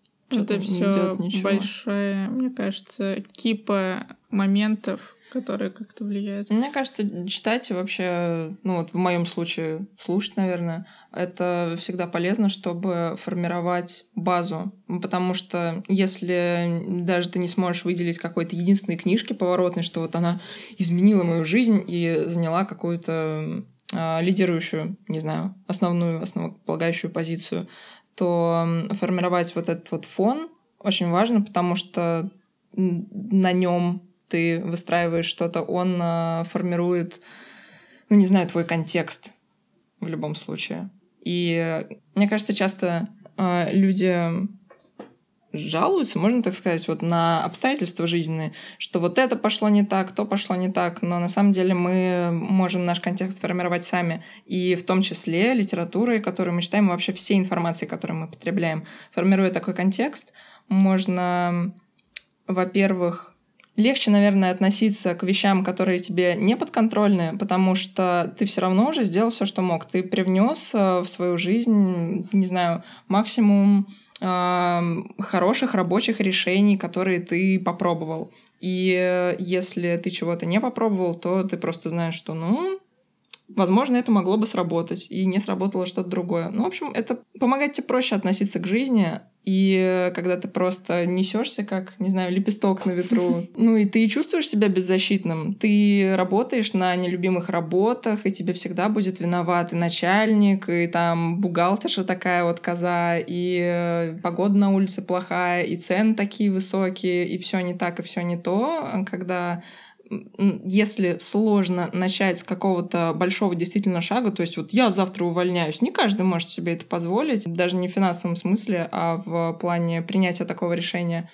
это все большая, мне кажется, кипа моментов, которые как-то влияют. Мне кажется, читать вообще, ну вот в моем случае слушать, наверное, это всегда полезно, чтобы формировать базу. Потому что если даже ты не сможешь выделить какой-то единственной книжки поворотной, что вот она изменила мою жизнь и заняла какую-то э, лидирующую, не знаю, основную, основополагающую позицию, то формировать вот этот вот фон очень важно, потому что на нем ты выстраиваешь что-то, он э, формирует, ну, не знаю, твой контекст в любом случае. И мне кажется, часто э, люди жалуются, можно так сказать, вот на обстоятельства жизненные, что вот это пошло не так, то пошло не так, но на самом деле мы можем наш контекст формировать сами, и в том числе литературой, которую мы читаем, и вообще всей информацией, которую мы потребляем. Формируя такой контекст, можно, во-первых, легче, наверное, относиться к вещам, которые тебе не подконтрольны, потому что ты все равно уже сделал все, что мог. Ты привнес в свою жизнь, не знаю, максимум э, хороших рабочих решений, которые ты попробовал. И если ты чего-то не попробовал, то ты просто знаешь, что, ну, возможно, это могло бы сработать, и не сработало что-то другое. Ну, в общем, это помогает тебе проще относиться к жизни, и когда ты просто несешься, как, не знаю, лепесток на ветру, ну, и ты чувствуешь себя беззащитным, ты работаешь на нелюбимых работах, и тебе всегда будет виноват и начальник, и там бухгалтерша такая вот коза, и погода на улице плохая, и цены такие высокие, и все не так, и все не то, когда... Если сложно начать с какого-то большого действительно шага, то есть вот я завтра увольняюсь, не каждый может себе это позволить, даже не в финансовом смысле, а в плане принятия такого решения,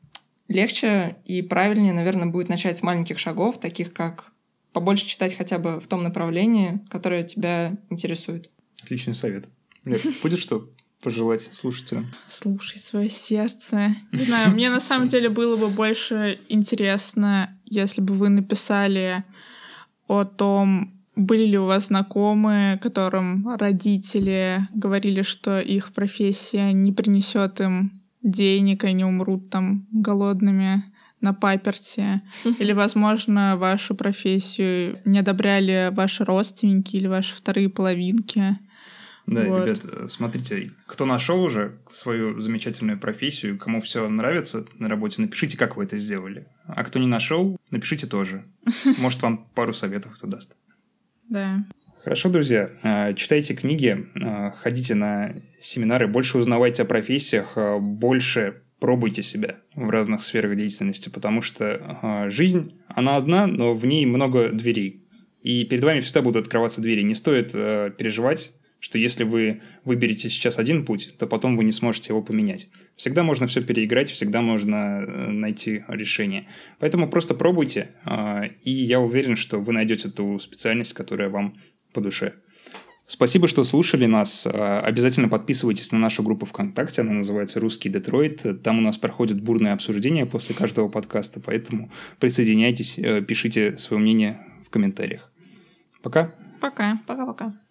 легче и правильнее, наверное, будет начать с маленьких шагов, таких как побольше читать хотя бы в том направлении, которое тебя интересует. Отличный совет. Лер, будет что пожелать слушателям? Слушай свое сердце. Не знаю, мне на самом деле было бы больше интересно, если бы вы написали о том, были ли у вас знакомые, которым родители говорили, что их профессия не принесет им денег, они умрут там голодными на паперти. Или, возможно, вашу профессию не одобряли ваши родственники или ваши вторые половинки. Да, вот. Ребят, смотрите, кто нашел уже свою замечательную профессию, кому все нравится на работе, напишите, как вы это сделали. А кто не нашел, напишите тоже. Может, вам пару советов кто даст. Да. Хорошо, друзья. Читайте книги, ходите на семинары, больше узнавайте о профессиях, больше пробуйте себя в разных сферах деятельности, потому что жизнь, она одна, но в ней много дверей. И перед вами всегда будут открываться двери. Не стоит переживать, что если вы выберете сейчас один путь, то потом вы не сможете его поменять. Всегда можно все переиграть, всегда можно найти решение. Поэтому просто пробуйте, и я уверен, что вы найдете ту специальность, которая вам по душе. Спасибо, что слушали нас. Обязательно подписывайтесь на нашу группу ВКонтакте, она называется «Русский Детройт». Там у нас проходят бурные обсуждения после каждого подкаста, поэтому присоединяйтесь, пишите свое мнение в комментариях. Пока. Пока. Пока-пока.